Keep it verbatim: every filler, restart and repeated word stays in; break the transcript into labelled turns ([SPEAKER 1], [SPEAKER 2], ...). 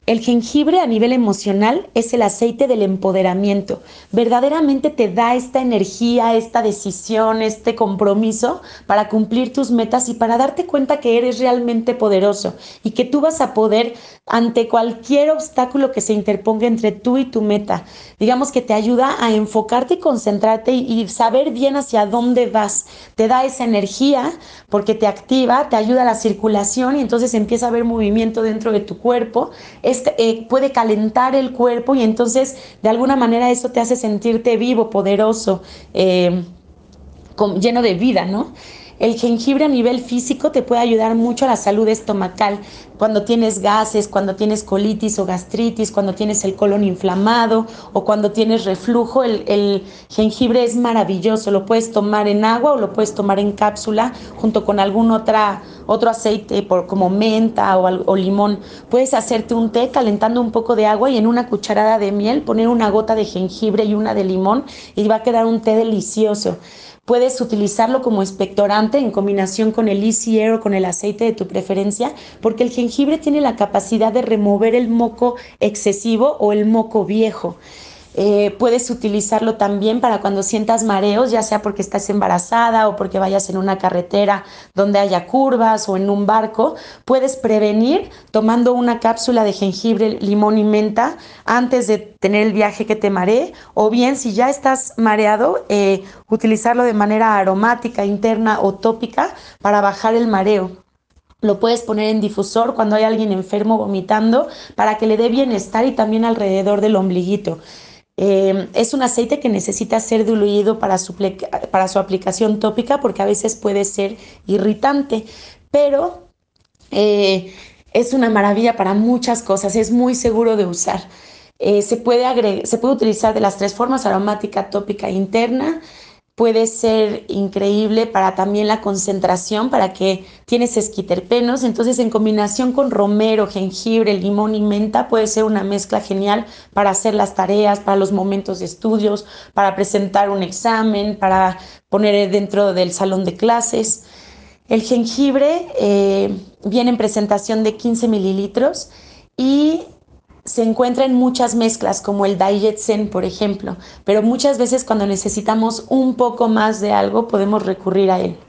[SPEAKER 1] El jengibre a nivel emocional es el aceite del empoderamiento. Verdaderamente te da esta energía, esta decisión, este compromiso para cumplir tus metas y para darte cuenta que eres realmente poderoso y que tú vas a poder ante cualquier obstáculo que se interponga entre tú y tu meta. Digamos que te ayuda a enfocarte y concentrarte y, y saber bien hacia dónde vas. Te da esa energía porque te activa, te ayuda a la circulación y entonces empieza a haber movimiento dentro de tu cuerpo. Este, eh, puede calentar el cuerpo y entonces de alguna manera eso te hace sentirte vivo, poderoso, eh, con, lleno de vida, ¿no? El jengibre a nivel físico te puede ayudar mucho a la salud estomacal. Cuando tienes gases, cuando tienes colitis o gastritis, cuando tienes el colon inflamado o cuando tienes reflujo, el, el jengibre es maravilloso. Lo puedes tomar en agua o lo puedes tomar en cápsula junto con algún otra, otro aceite por, como menta o, o limón. Puedes hacerte un té calentando un poco de agua y en una cucharada de miel poner una gota de jengibre y una de limón y va a quedar un té delicioso. Puedes utilizarlo como expectorante en combinación con el Easy Air o con el aceite de tu preferencia, porque el jengibre tiene la capacidad de remover el moco excesivo o el moco viejo. Eh, puedes utilizarlo también para cuando sientas mareos, ya sea porque estás embarazada o porque vayas en una carretera donde haya curvas o en un barco. Puedes prevenir tomando una cápsula de jengibre, limón y menta antes de tener el viaje que te maree, o bien si ya estás mareado, eh, utilizarlo de manera aromática, interna o tópica para bajar el mareo. Lo puedes poner en difusor cuando hay alguien enfermo vomitando para que le dé bienestar y también alrededor del ombliguito. Eh, es un aceite que necesita ser diluido para su, para su aplicación tópica porque a veces puede ser irritante, pero eh, es una maravilla para muchas cosas, es muy seguro de usar. Eh, se, puede agregar, se puede utilizar de las tres formas, aromática, tópica e interna. Puede ser increíble para también la concentración, para que tienes esquiterpenos, entonces en combinación con romero, jengibre, limón y menta puede ser una mezcla genial para hacer las tareas, para los momentos de estudios, para presentar un examen, para poner dentro del salón de clases. El jengibre eh, viene en presentación de quince mililitros y se encuentra en muchas mezclas, como el Diet Zen, por ejemplo, pero muchas veces cuando necesitamos un poco más de algo podemos recurrir a él.